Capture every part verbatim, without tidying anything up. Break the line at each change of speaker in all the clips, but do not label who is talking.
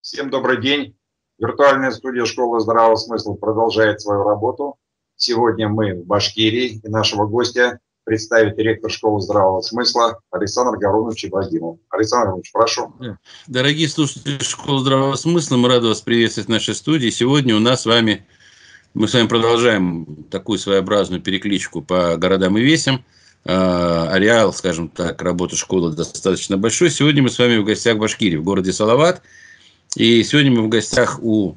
Всем добрый день. Виртуальная студия «Школа здравого смысла» продолжает свою работу. Сегодня мы в Башкирии, и нашего гостя представит директор «Школы здравого смысла» Александр Гарунович Ибрагимов. Александр Гарунович, прошу.
Дорогие слушатели «Школы здравого смысла», мы рады вас приветствовать в нашей студии. Сегодня у нас с вами, мы с вами продолжаем такую своеобразную перекличку по городам и весям. Ареал, скажем так, работы школы достаточно большой. Сегодня мы с вами в гостях в Башкирии, в городе Салават. И сегодня мы в гостях у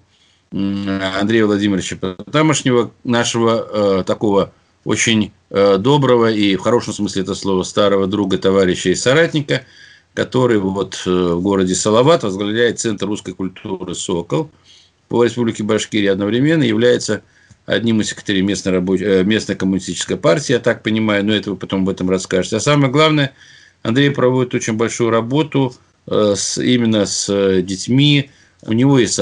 Андрея Владимировича Потамошнего, нашего э, такого очень э, доброго и в хорошем смысле этого слова старого друга, товарища и соратника, который вот э, в городе Салават возглавляет Центр русской культуры «Сокол» по Республике Башкирия, одновременно является одним из секретарей местной, рабоч... э, местной коммунистической партии, я так понимаю, но это вы потом об этом расскажете. А самое главное, Андрей проводит очень большую работу С, именно с детьми, у него есть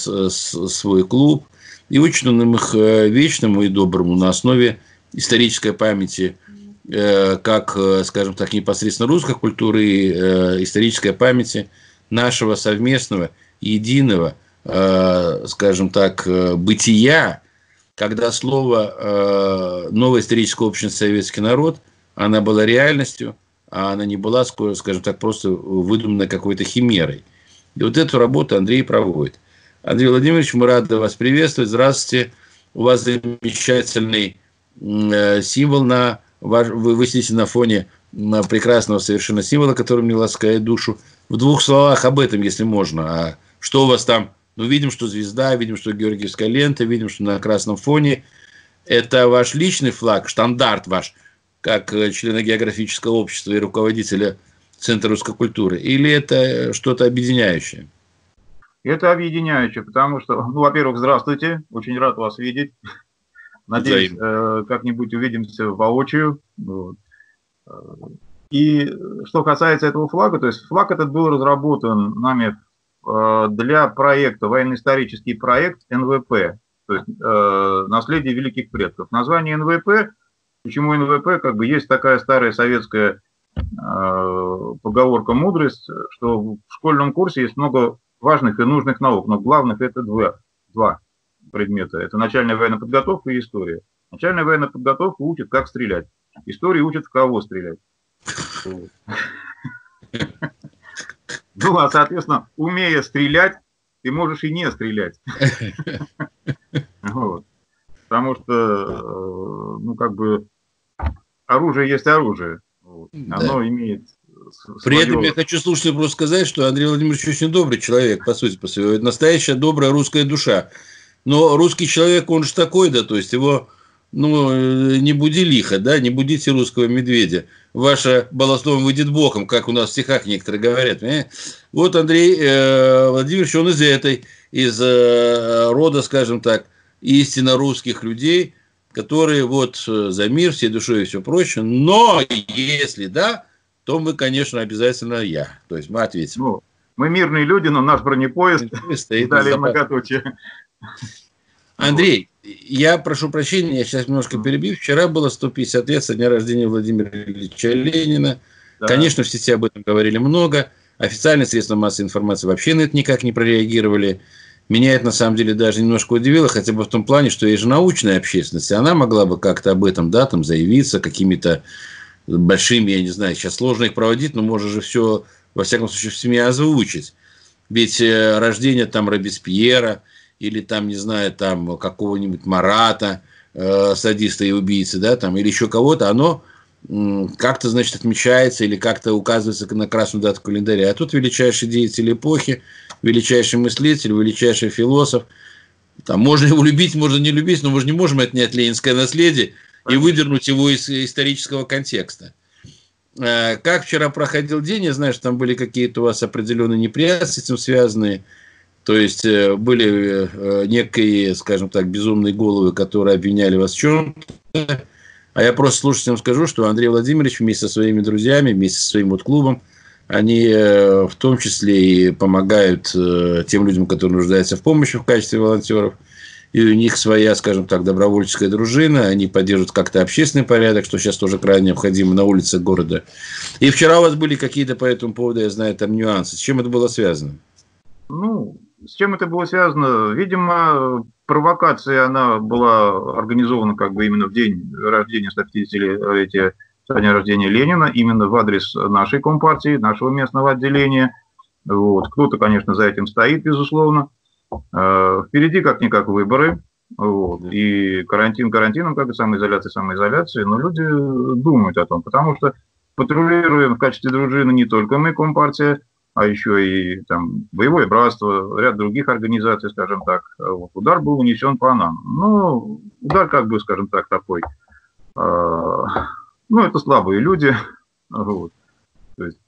свой клуб, и учит он их вечному и доброму на основе исторической памяти, как, скажем так, непосредственно русской культуры, и исторической памяти нашего совместного, единого, скажем так, бытия, когда слово «новая историческая общность советский народ», она была реальностью, а она не была, скажем так, просто выдумана какой-то химерой. И вот эту работу Андрей проводит. Андрей Владимирович, мы рады вас приветствовать. Здравствуйте. У вас замечательный символ. На, вы, вы сидите на фоне прекрасного совершенно символа, который мне ласкает душу. В двух словах об этом, если можно. А что у вас там? Ну, видим, что звезда, видим, что георгиевская лента, видим, что на красном фоне. Это ваш личный флаг, штандарт ваш, как члена географического общества и руководителя Центра русской культуры? Или это что-то объединяющее?
Это объединяющее, потому что, ну, во-первых, здравствуйте, очень рад вас видеть. Надеюсь, э, как-нибудь увидимся воочию. Вот. И что касается этого флага, то есть флаг этот был разработан нами э, для проекта, военно-исторический проект эн вэ пэ, то есть э, наследие великих предков. Название эн вэ пэ. Почему эн вэ пэ? Как бы есть такая старая советская э, поговорка «мудрость», что в школьном курсе есть много важных и нужных наук, но главных это два, два предмета. Это начальная военная подготовка и история. Начальная военная подготовка учит, как стрелять. История учит, в кого стрелять. Ну, а, соответственно, умея стрелять, ты можешь и не стрелять. Потому что, ну, как бы, оружие есть оружие. Вот. Оно да. имеет свое...
При этом я хочу слушателям просто сказать, что Андрей Владимирович очень добрый человек, по сути, по своему. Это настоящая добрая русская душа. Но русский человек, он же такой, да, то есть его, ну, не буди лихо, да, не будите русского медведя. Ваше баловство выйдет боком, как у нас в стихах некоторые говорят. Понимаете? Вот Андрей э, Владимирович, он из этой, из э, рода, скажем так, истинно русских людей, которые вот за мир, всей душой и все прочее. Но если да, то мы, конечно, обязательно я. То есть мы ответим.
Ну, мы мирные люди, но наш бронепоезд
стоит
далее многоточие.
Андрей, я прошу прощения, я сейчас немножко перебью. Вчера было сто пятьдесят лет со дня рождения Владимира Ильича Ленина. Да. Конечно, в сети об этом говорили много. Официальные средства массовой информации вообще на это никак не прореагировали. Меня это, на самом деле, даже немножко удивило, хотя бы в том плане, что есть же научная общественность, и она могла бы как-то об этом, да, там, заявиться какими-то большими, я не знаю, сейчас сложно их проводить, но можно же все, во всяком случае, в СМИ озвучить. Ведь рождение там Робеспьера или там, не знаю, там какого-нибудь Марата, э, садиста и убийцы, да, там, или еще кого-то, оно м, как-то, значит, отмечается или как-то указывается на красную дату календаря. А тут величайший деятель эпохи, величайший мыслитель, величайший философ. Там можно его любить, можно не любить, но мы же не можем отнять ленинское наследие и выдернуть его из исторического контекста. Как вчера проходил день, я знаю, что там были какие-то у вас определенные неприятности с этим связанные. То есть были некие, скажем так, безумные головы, которые обвиняли вас в чем-то. А я просто слушателям скажу, что Андрей Владимирович вместе со своими друзьями, вместе со своим вот клубом, они в том числе и помогают тем людям, которые нуждаются в помощи в качестве волонтеров. И у них своя, скажем так, добровольческая дружина. Они поддерживают как-то общественный порядок, что сейчас тоже крайне необходимо на улицах города. И вчера у вас были какие-то по этому поводу, я знаю, там нюансы. С чем это было связано?
Ну, с чем это было связано? Видимо, провокация, она была организована как бы именно в день рождения сто пятидесятилетия со дня рождения Ленина, именно в адрес нашей компартии, нашего местного отделения. Вот. Кто-то, конечно, за этим стоит, безусловно. Впереди как-никак выборы. Вот. И карантин карантином, как и самоизоляция самоизоляции, но люди думают о том, потому что патрулируем в качестве дружины не только мы, Компартия, а еще и там боевое братство, ряд других организаций, скажем так. Вот. Удар был нанесен по нам. Ну, удар, как бы, скажем так, такой. Э, ну, это слабые люди. Вот. То есть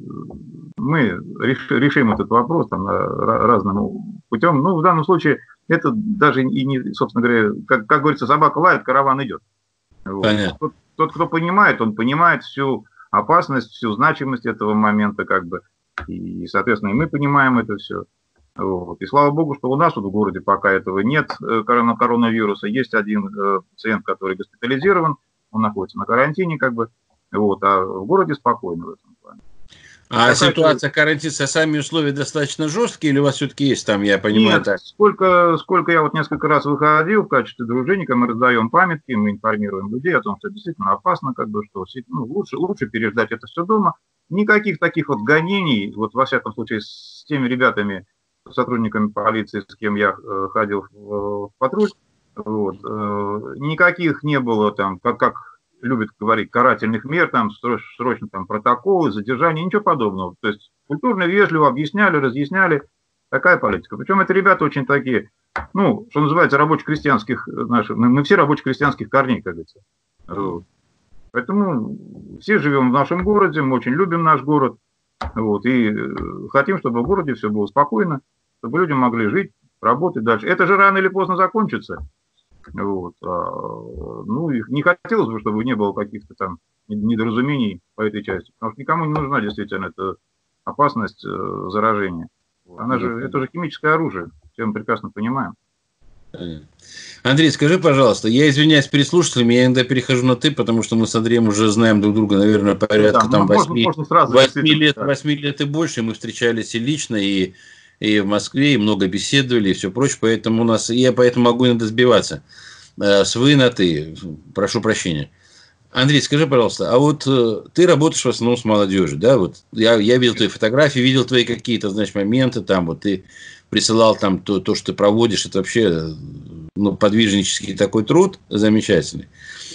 мы реш, решим этот вопрос там, разным путем. Ну, в данном случае это даже и не, собственно говоря, как, как говорится, собака лает, караван идет. Вот. Тот, тот, кто понимает, он понимает всю опасность, всю значимость этого момента, как бы. И, соответственно, и мы понимаем это все. Вот. И слава богу, что у нас тут в городе пока этого нет, коронавируса. Есть один пациент, который госпитализирован, он находится на карантине, как бы. Вот, а в городе спокойно в этом плане.
А такая ситуация карантина, сами условия достаточно жесткие, или у вас все-таки есть там, я понимаю,
Нет,
так?
Сколько, сколько я вот несколько раз выходил в качестве дружинника, мы раздаем памятки, мы информируем людей о том, что действительно опасно, как бы, что ну, лучше, лучше переждать это все дома. Никаких таких вот гонений, вот во всяком случае с теми ребятами, сотрудниками полиции, с кем я э, ходил в, в патруль, вот, э, никаких не было там, как, как любят говорить, карательных мер, там, срочно там, протоколы, задержания, ничего подобного. То есть культурно, вежливо объясняли, разъясняли. Такая политика. Причем это ребята очень такие, ну, что называется, рабоче-крестьянских, наших, мы, мы все рабоче-крестьянских корней, как говорится. Вот. Поэтому все живем в нашем городе, мы очень любим наш город. Вот, и хотим, чтобы в городе все было спокойно, чтобы люди могли жить, работать дальше. Это же рано или поздно закончится. Вот. Ну, не хотелось бы, чтобы не было каких-то там недоразумений по этой части, потому что никому не нужна действительно эта опасность заражения. Она же, это же химическое оружие, все мы прекрасно понимаем.
Андрей, скажи, пожалуйста, я извиняюсь перед слушателями, я иногда перехожу на «ты», потому что мы с Андреем уже знаем друг друга, наверное, порядка да, там восьми лет, восьми лет и больше, мы встречались и лично, и и в Москве, и много беседовали, и все прочее, поэтому у нас, я поэтому могу иногда сбиваться. С «вы» на «ты», прошу прощения. Андрей, скажи, пожалуйста, а вот ты работаешь в основном с молодежью, да? Вот я, я видел твои фотографии, видел твои какие-то, значит, моменты, там вот ты присылал там то, то, что ты проводишь, это вообще ну, подвижнический такой труд замечательный.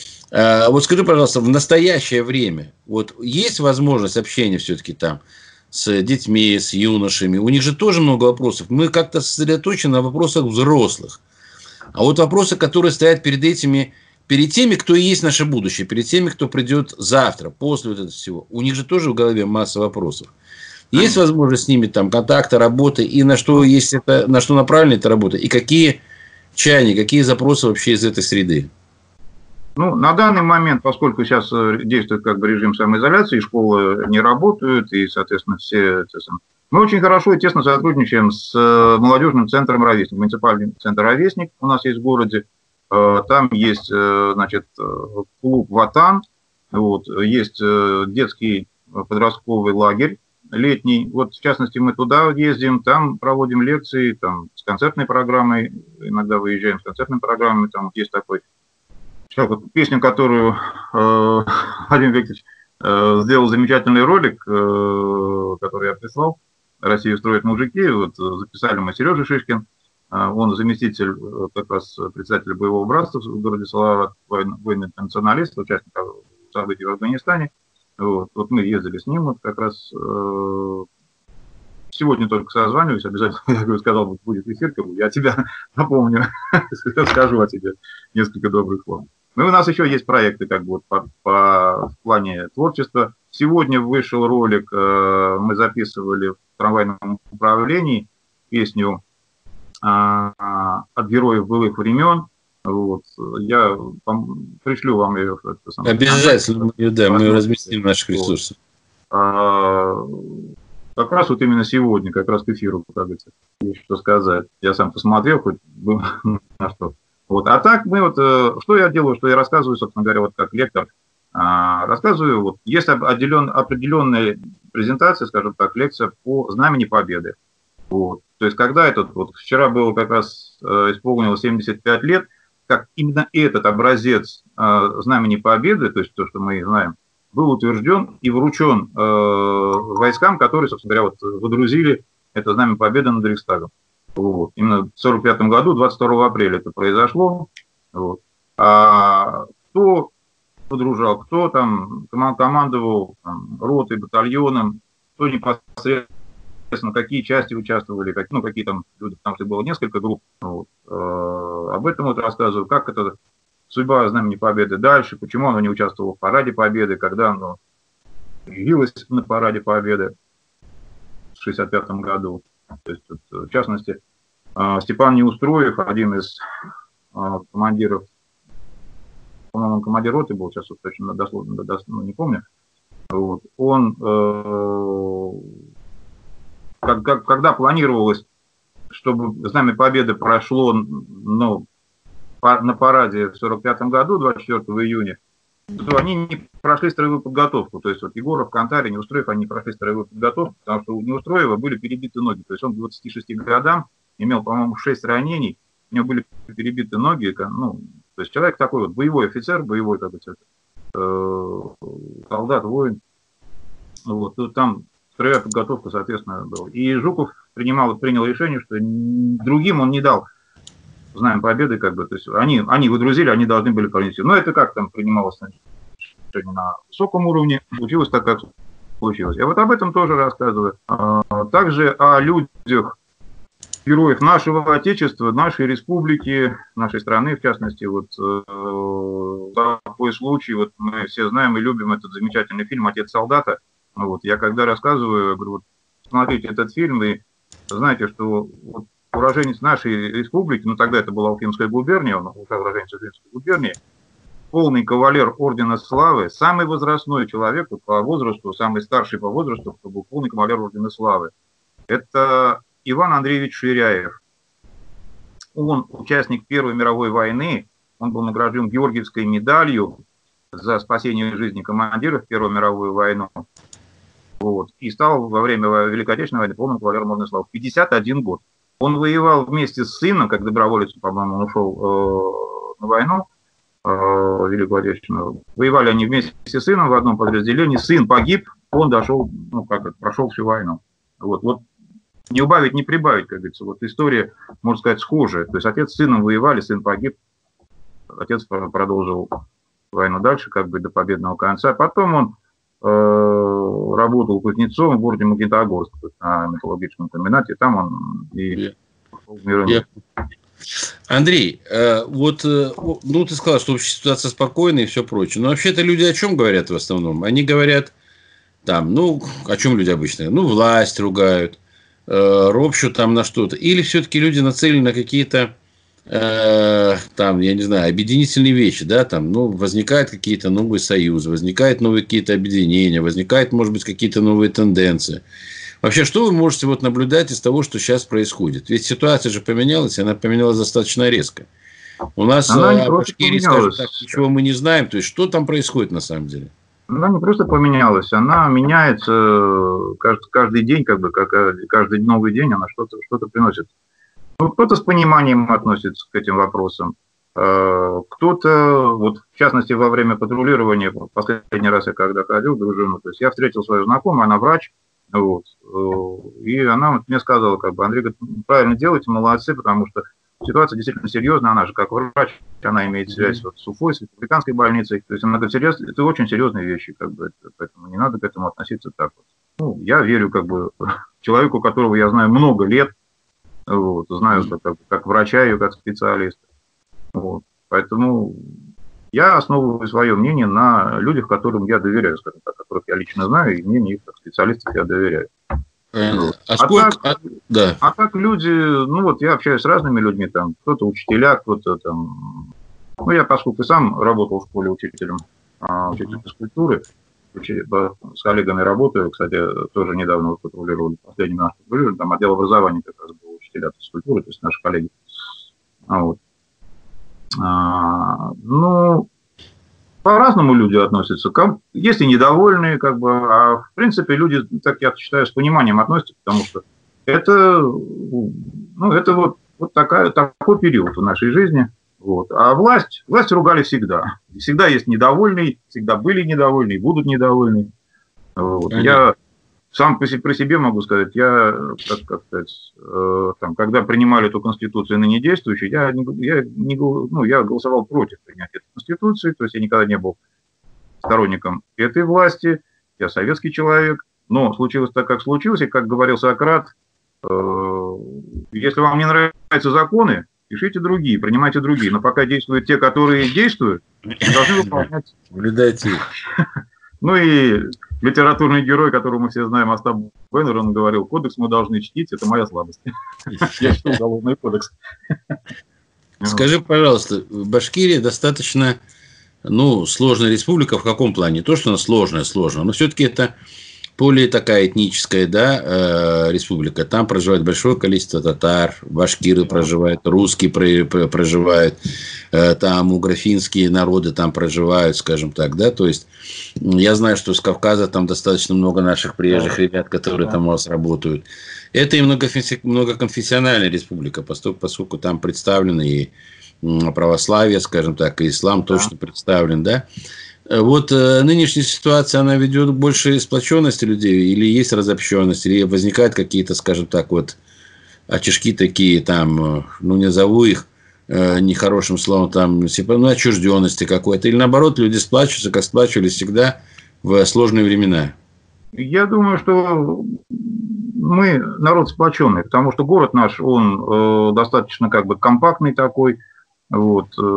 А вот скажи, пожалуйста, в настоящее время вот есть возможность общения все-таки там с детьми, с юношами? У них же тоже много вопросов. Мы как-то сосредоточены на вопросах взрослых. А вот вопросы, которые стоят перед этими, перед теми, кто и есть наше будущее, перед теми, кто придет завтра, после вот этого всего, у них же тоже в голове масса вопросов. Есть возможность с ними там контакта, работы, и на что, есть это, на что направлена эта работа, и какие чаяния, какие запросы вообще из этой среды?
Ну, на данный момент, поскольку сейчас действует как бы режим самоизоляции, школы не работают, и, соответственно, все... Мы очень хорошо и тесно сотрудничаем с молодежным центром «Ровесник», муниципальный центр «Ровесник» у нас есть в городе. Там есть, значит, клуб «Ватан», вот, есть детский подростковый лагерь летний. Вот, в частности, мы туда ездим, там проводим лекции, там, с концертной программой, иногда выезжаем с концертной программой, там есть такой... Песню, которую э, Владимир Викторович э, сделал замечательный ролик, э, который я прислал, «Россию строят мужики», вот, записали мы Сережа Шишкин, э, он заместитель э, как раз председателя боевого братства в городе Салават, военный националист, участник событий в Афганистане. Вот, вот мы ездили с ним, вот как раз э, сегодня только созваниваюсь, обязательно, я сказал, будет эфир, я тебя напомню, скажу о тебе несколько добрых слов. Ну и у нас еще есть проекты как бы вот по, по в плане творчества. Сегодня вышел ролик, э, мы записывали в трамвайном управлении песню э, от героев былых времен. Вот. Я вам, пришлю вам ее. Это,
обязательно, мы, да, мы разместим в наших ресурсах.
А, как раз вот именно сегодня, как раз к эфиру, как говорится, есть что сказать. Я сам посмотрел, хоть на что. Вот. А так мы вот, что я делаю, что я рассказываю, собственно говоря, вот как лектор, а, рассказываю, вот есть отделен, определенная презентация, скажем так, лекция по Знамени Победы. Вот. То есть, когда этот, вот вчера было как раз э, исполнилось семьдесят пять лет, как именно этот образец э, Знамени Победы, то есть то, что мы знаем, был утвержден и вручен э, войскам, которые, собственно говоря, вот, выдрузили это Знамя Победы над Рейхстагом. Вот. Именно в сорок пятом году, двадцать второго апреля это произошло. Вот. А кто подружал, кто там командовал там, ротой, батальоном, кто непосредственно, какие части участвовали, как, ну, какие там люди, потому что было несколько групп. Вот. Э, об этом вот рассказываю, как это судьба Знамени Победы дальше, почему оно не участвовало в Параде Победы, когда оно появилось на Параде Победы в шестьдесят пятом году. То есть, вот, в частности, э, Степан Неустроев, один из э, командиров, по-моему, командир роты был, сейчас вот точно дословно, дословно не помню, вот, он, э, как, как, когда планировалось, чтобы Знамя Победы прошло, ну, по, на параде в сорок пятом году, двадцать четвёртого июня, то они не прошли строевую подготовку. То есть вот Егоров, Кантарь, Неустроев, они не прошли строевую подготовку, потому что у Неустроева были перебиты ноги. То есть он к двадцати шести годам имел, по-моему, шесть ранений, у него были перебиты ноги. Ну, то есть человек такой вот боевой офицер, боевой, как бы, э, солдат, воин. Вот, там строевая подготовка, соответственно, была. И Жуков принимал, принял решение, что другим он не дал Знамя Победы, как бы, то есть они, они выдрузили, они должны были пронести. Но это как там принималось решение на высоком уровне, случилось так, как случилось. Я вот об этом тоже рассказываю. Также о людях, героев нашего Отечества, нашей республики, нашей страны, в частности, вот такой случай, вот мы все знаем и любим этот замечательный фильм «Отец солдата». Вот, я когда рассказываю, говорю, вот, смотрите этот фильм, и знаете, что вот, уроженец нашей республики, ну тогда это была Уфимская губерния, он уже уроженец Уфимской губернии, полный кавалер Ордена Славы, самый возрастной человек по возрасту, самый старший по возрасту, кто был полный кавалер Ордена Славы. Это Иван Андреевич Ширяев. Он участник Первой мировой войны, он был награжден Георгиевской медалью за спасение жизни командиров в Первую мировую войну. Вот, и стал во время Великой Отечественной войны полным кавалером Ордена Славы. пятьдесят один год. Он воевал вместе с сыном, как доброволец, по-моему, он ушел э, на войну, э, Великую Отечественную. Воевали они вместе с сыном в одном подразделении. Сын погиб, он дошел, ну, как это, прошел всю войну. Вот, вот не убавить, не прибавить, как говорится. Вот история, можно сказать, схожая. То есть отец с сыном воевали, сын погиб, отец продолжил войну дальше, как бы до победного конца. Потом он э, работал кузнецом в городе Магнитогорск, на металлургическом комбинате, там он и пошел в мир иной.
Андрей, вот, ну, ты сказал, что общая ситуация спокойная и все прочее. Но вообще-то люди о чем говорят в основном? Они говорят, там, ну, о чем люди обычно? Ну, власть ругают, ропщут там на что-то. Или все-таки люди нацелены на какие-то, там, я не знаю, объединительные вещи, да, там, ну, возникают какие-то новые союзы, возникают новые какие-то объединения, возникают, может быть, какие-то новые тенденции. Вообще, что вы можете вот наблюдать из того, что сейчас происходит? Ведь ситуация же поменялась, она поменялась достаточно резко. У нас в Башкирии, скажем так, ничего мы не знаем. То есть, что там происходит на самом деле?
Она не просто поменялась, она меняется каждый, каждый день, как бы, как каждый новый день она что-то что-то приносит. Ну, кто-то с пониманием относится к этим вопросам. Кто-то, вот в частности, во время патрулирования, последний раз я когда ходил в дружину, то есть я встретил свою знакомую, она врач. Вот. И она вот мне сказала, как бы, Андрей говорит, правильно делаете, молодцы, потому что ситуация действительно серьезная, она же как врач, она имеет связь вот с Уфой, с республиканской больницей, то есть она говорит, серьезно, это очень серьезные вещи, как бы, поэтому не надо к этому относиться так вот. Ну, я верю, как бы, человеку, которого я знаю много лет, вот, знаю как, как врача и как специалиста, вот, поэтому я основываю свое мнение на людях, которым я доверяю, скажем так, которых я лично знаю, и мнение их как специалистов я доверяю.
А, а, сколько...
так,
а, да.
а так люди, ну вот я общаюсь с разными людьми, там кто-то учителя, кто-то там, ну я поскольку сам работал в школе учителем, учителем физкультуры, с коллегами работаю, кстати, тоже недавно вот патрулировали, последний наш патрулировали, там отдел образования как раз был учителя физкультуры, то есть наши коллеги. Вот. А, ну, по-разному люди относятся. Как, есть и недовольные, как бы, а в принципе люди, так я считаю, с пониманием относятся, потому что это, ну, это вот, вот такая, такой период в нашей жизни. Вот. А власть, власть ругали всегда. Всегда есть недовольный, всегда были недовольны, будут недовольны. Вот. Я сам по себе, про себе могу сказать, я, как, как сказать, э, там, когда принимали эту конституцию ныне действующую, я, я, не, ну, я голосовал против принятия этой конституции, то есть я никогда не был сторонником этой власти, я советский человек, но случилось так, как случилось, и, как говорил Сократ, э, если вам не нравятся законы, пишите другие, принимайте другие, но пока действуют те, которые действуют, должны выполнять. Ну и литературный герой, которого мы все знаем, Остап Бендер, он говорил: кодекс мы должны чтить, это моя слабость. Я чту уголовный кодекс.
Скажи, пожалуйста, Башкирия достаточно, ну, сложная республика в каком плане? То, что она сложная, сложная, но все-таки это более такая этническая, да, э, республика. Там проживает большое количество татар, башкиры проживают, русские проживают, э, там угрофинские народы там проживают, скажем так, да. То есть я знаю, что с Кавказа там достаточно много наших приезжих ребят, которые там у вас работают. Это и многоконфессиональная республика, поскольку, поскольку там представлены и православие, скажем так, и ислам точно представлен, да. Вот э, нынешняя ситуация, она ведет к большей сплоченности людей, или есть разобщенность, или возникают какие-то, скажем так, вот очишки такие, там, ну, не назову их э, нехорошим словом, там, типа, ну, отчужденности какой-то, или наоборот, люди сплачиваются, как сплачивались всегда в сложные времена.
Я думаю, что мы народ сплоченный, потому что город наш, он э, достаточно как бы компактный такой, вот, э,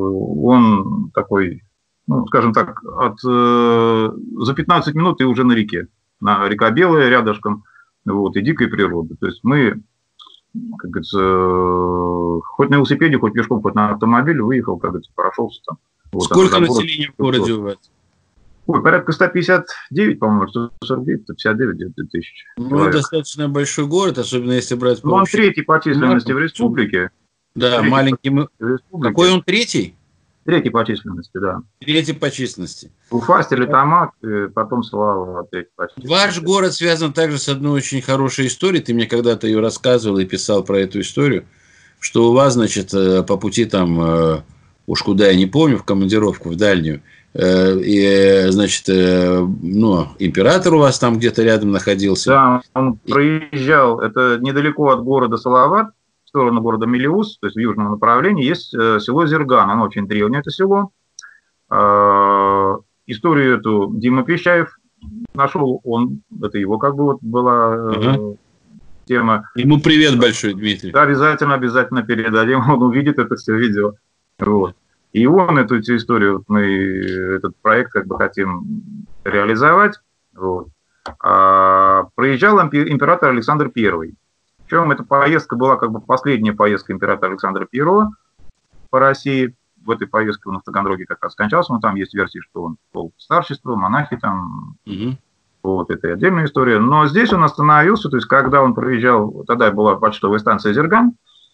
он такой... Ну, скажем так, от, э, за пятнадцать минут ты уже на реке. На река Белая рядышком, вот, и дикой природы. То есть мы, как говорится, э, хоть на велосипеде, хоть пешком, хоть на автомобиле выехал, как говорится, прошелся там. Вот,
сколько населения в городе у вас?
Ой, порядка сто пятьдесят девять, по-моему, сто сорок девять, сто пятьдесят девять тысяч.
Ну, достаточно большой город, особенно если брать...
Ну, он третий по численности в республике.
Да, третий маленький. Мы... Какой он третий?
Третий по численности, да.
Третий по численности.
Уфа, Стерлитамак, потом Слава. Третий по численности.
Ваш город связан также с одной очень хорошей историей. Ты мне когда-то ее рассказывал и писал про эту историю, что у вас, значит, по пути там, уж куда я не помню, в командировку, в дальнюю, и, значит, ну, император у вас там где-то рядом находился.
Да, он проезжал, это недалеко от города Салават, в сторону города Мелеуз, то есть в южном направлении, есть село Зерган, оно очень древнее, это село. Историю эту Дима Пещаев нашел, он, это его как бы вот была угу. тема.
Ему привет большой, Дмитрий.
Да, обязательно, обязательно передадим, он увидит это все видео. Вот. И он эту, эту историю, мы этот проект как бы хотим реализовать. Вот. А, проезжал император Александр Первый. Причем эта поездка была как бы последняя поездка императора Александра Первого по России. В этой поездке он в Таганроге как раз скончался, но там есть версии, что он пол старчества, монахи там. Угу. Вот, это отдельная история. Но здесь он остановился, то есть когда он проезжал, тогда была почтовая станция Зерган,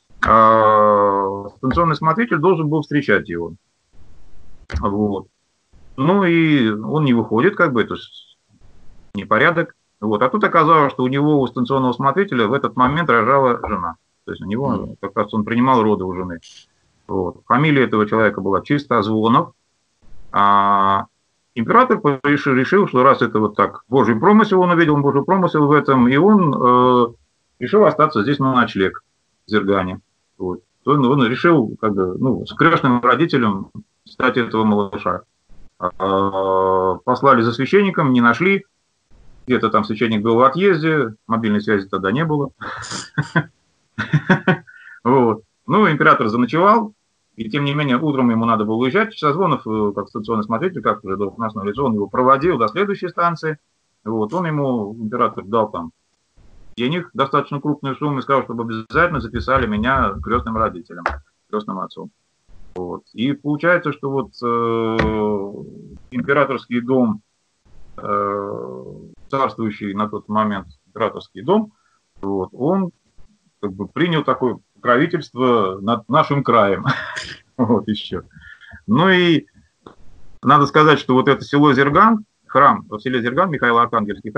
а станционный смотритель должен был встречать его. Вот. Ну и он не выходит, как бы, то есть непорядок. Вот. А тут оказалось, что у него, у станционного смотрителя, в этот момент рожала жена. То есть у него как раз он принимал роды у жены. Вот. Фамилия этого человека была Чистозвонов. А император решил, решил, что раз это вот так, Божий промысел, он увидел Божий промысел в этом, и он э, решил остаться здесь на ночлег в Зергане. Вот. Он, он решил, как бы, ну, с крестным родителем стать этого малыша. А, послали за священником, не нашли. Где-то там священник был в отъезде, мобильной связи тогда не было. Вот. Ну, император заночевал, и тем не менее утром ему надо было уезжать. Чистозвонов, как станционный смотритель, как уже должностное лицо, он его проводил до следующей станции. Вот. Он ему, император, дал там денег, достаточно крупную сумму, и сказал, чтобы обязательно записали меня крестным родителем, крестным отцом. Вот. И получается, что вот э, императорский дом, э, царствующий на тот момент императорский дом, вот, он как бы принял такое покровительство над нашим краем. Вот еще. Ну и надо сказать, что вот это село Зерган, храм, в селе Зерган, Михаило-Архангельский храм,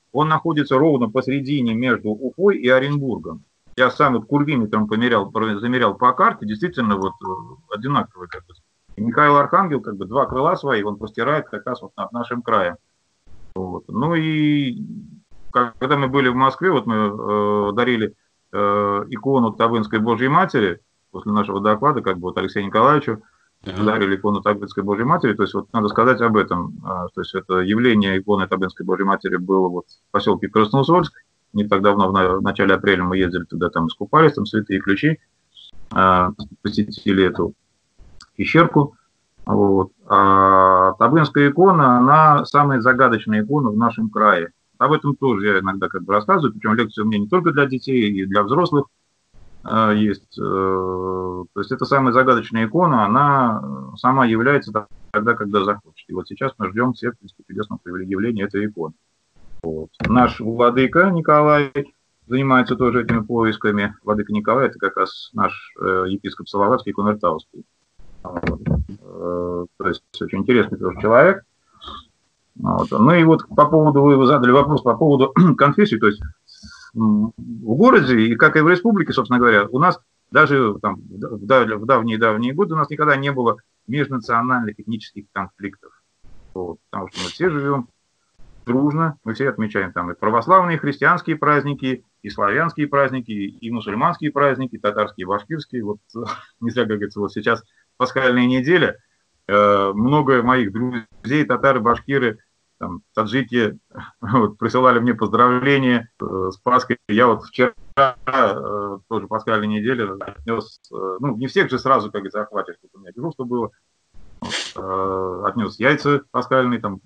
он находится ровно посередине между Уфой и Оренбургом. Я сам вот курвиметром померял, замерял по карте, действительно вот одинаковый как бы. И Михаил Архангел, как бы два крыла свои, он простирает как раз вот над нашим краем. Вот. Ну и когда мы были в Москве, вот мы э, дарили э, икону Табынской Божьей Матери, после нашего доклада, как бы вот Алексею Николаевичу, uh-huh. дарили икону Табынской Божьей Матери, то есть вот надо сказать об этом, а, то есть это явление иконы Табынской Божьей Матери было вот в поселке Красноусольск, не так давно, в начале апреля мы ездили туда, там искупались, там святые ключи, а, посетили эту пещерку. Вот. А Табынская икона, она самая загадочная икона в нашем крае. Об этом тоже я иногда как бы рассказываю, причем лекции у меня не только для детей, и для взрослых э, есть. Э, то есть это самая загадочная икона, она сама является тогда, когда захочет. И вот сейчас мы ждем всех чудесного явления этой иконы. Вот. Наш владыка Николай занимается тоже этими поисками. Владыка Николай – это как раз наш э, епископ Салаватский, Кунертауский. Вот. Э, то есть очень интересный тоже человек. Вот. Ну и вот по поводу, вы задали вопрос по поводу конфессии, то есть в городе, и как и в республике, собственно говоря, у нас даже там, в давние-давние годы у нас никогда не было межнациональных этнических конфликтов. Вот. Потому что мы все живем дружно, мы все отмечаем там и православные, и христианские праздники, и славянские праздники, и мусульманские праздники, и татарские, и башкирские. Вот не зря, как говорится, вот сейчас пасхальная неделя, э, много моих друзей, татары, башкиры, там, таджики вот, присылали мне поздравления э, с Пасхой. Я вот вчера э, тоже пасхальной неделе отнес, э, ну, не всех же сразу, как говорится, охватишь, тут у меня дежурство было, вот, э, отнес яйца пасхальные, там,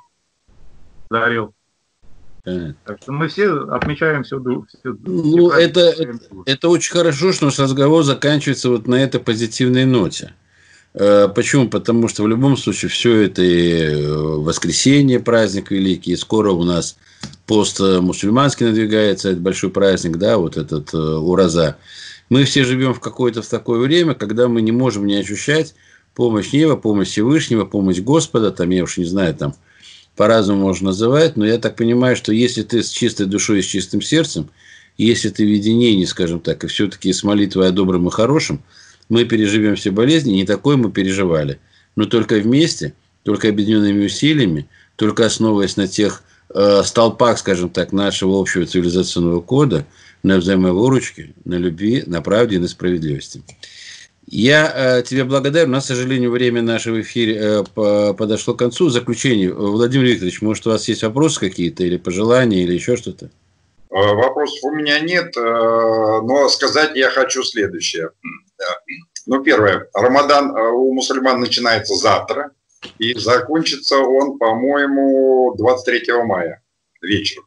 дарил. Так что мы все отмечаем все. все
ну, все это, это, это очень хорошо, что наш разговор заканчивается вот на этой позитивной ноте. Почему? Потому что в любом случае все это и воскресенье, праздник великий, и скоро у нас пост мусульманский надвигается, это большой праздник, да, вот этот Ураза. Мы все живем в какое-то в такое время, когда мы не можем не ощущать помощь неба, помощь Всевышнего, помощь Господа, там, я уж не знаю, там, по-разному можно называть, но я так понимаю, что если ты с чистой душой и с чистым сердцем, если ты в единении, скажем так, и все-таки с молитвой о добром и хорошем, мы переживем все болезни, не такое мы переживали, но только вместе, только объединенными усилиями, только основываясь на тех э, столпах, скажем так, нашего общего цивилизационного кода, на взаимовыручке, на любви, на правде и на справедливости. Я э, тебе благодарен. У нас, к сожалению, время нашего эфира э, по, подошло к концу. В заключение, Владимир Викторович, может, у вас есть вопросы какие-то или пожелания, или еще что-то?
Вопросов у меня нет, но сказать я хочу следующее. Ну, первое. Рамадан у мусульман начинается завтра, и закончится он, по-моему, двадцать третьего мая вечером.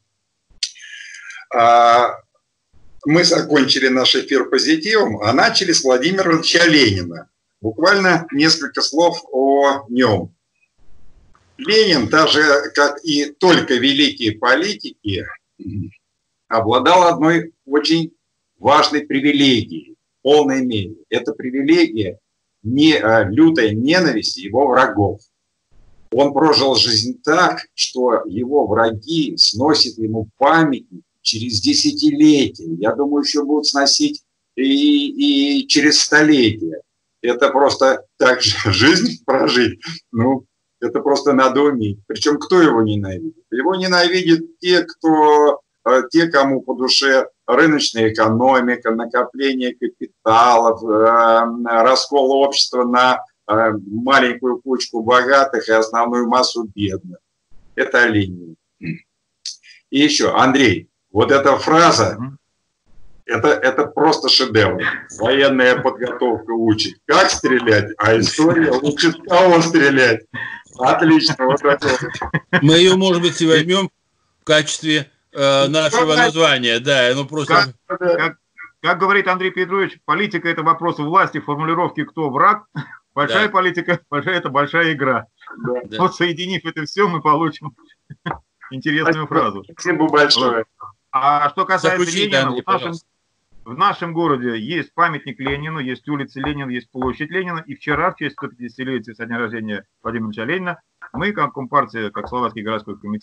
Мы закончили наш эфир позитивом, а начали с Владимира Ильича Ленина. Буквально несколько слов о нем. Ленин, так же, как и только великие политики, обладал одной очень важной привилегией, в полной мере. Это привилегия не, а, лютой ненависти его врагов. Он прожил жизнь так, что его враги сносят ему памятник через десятилетия. Я думаю, еще будут сносить и, и через столетия. Это просто так же жизнь прожить. Ну, это просто надо уметь. Причем кто его ненавидит? Его ненавидят те, кто, те, кому по душе рыночная экономика, накопление капиталов, раскол общества на маленькую кучку богатых и основную массу бедных. Это Ленин. И еще, Андрей, вот эта фраза, это, это просто шедевр. Военная подготовка учит, как стрелять, а история учит, кого стрелять. Отлично. Вот это.
Мы ее, может быть, и возьмем в качестве э, нашего названия. Да, ну просто...
как, как, как говорит Андрей Петрович, политика – это вопрос власти, формулировки «кто враг». Большая да. политика, большая – это большая игра. Да. Вот да. соединив это все, мы получим интересную фразу.
Спасибо большое.
А что касается Заключи, Ленина, Андрей, в, нашем, в нашем городе есть памятник Ленину, есть улица Ленина, есть площадь Ленина. И вчера, в честь сто пятидесятилетия со дня рождения Владимира Ильича Ленина, мы, как Компартия, как Словацкий городской комитет,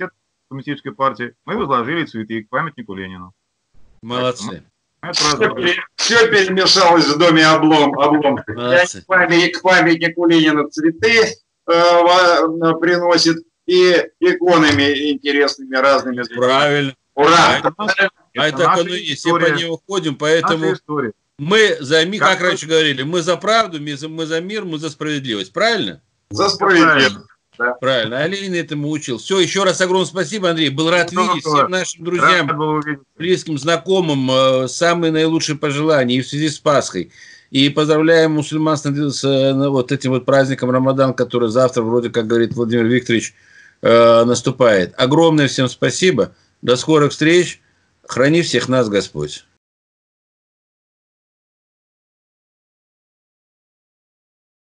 коммунистической партии, мы возложили цветы к памятнику Ленину.
Молодцы.
Все, все перемешалось в доме облом, облом. К памятнику Ленина цветы э, приносит и иконами интересными разными.
Правильно.
Ура!
А это оно и есть. Все по нему уходим, поэтому мы за мир, как раньше говорили, мы за правду, мы за, мы за мир, мы за справедливость. Правильно?
За справедливость.
Да. Правильно, а Ленин этому учил. Все, еще раз огромное спасибо, Андрей. Был рад ну, видеть всем нашим друзьям, близким, знакомым. Э, самые наилучшие пожелания и в связи с Пасхой. И поздравляем мусульманство с э, вот этим вот праздником Рамадан, который завтра, вроде как говорит Владимир Викторович, э, наступает. Огромное всем спасибо. До скорых встреч. Храни всех нас Господь.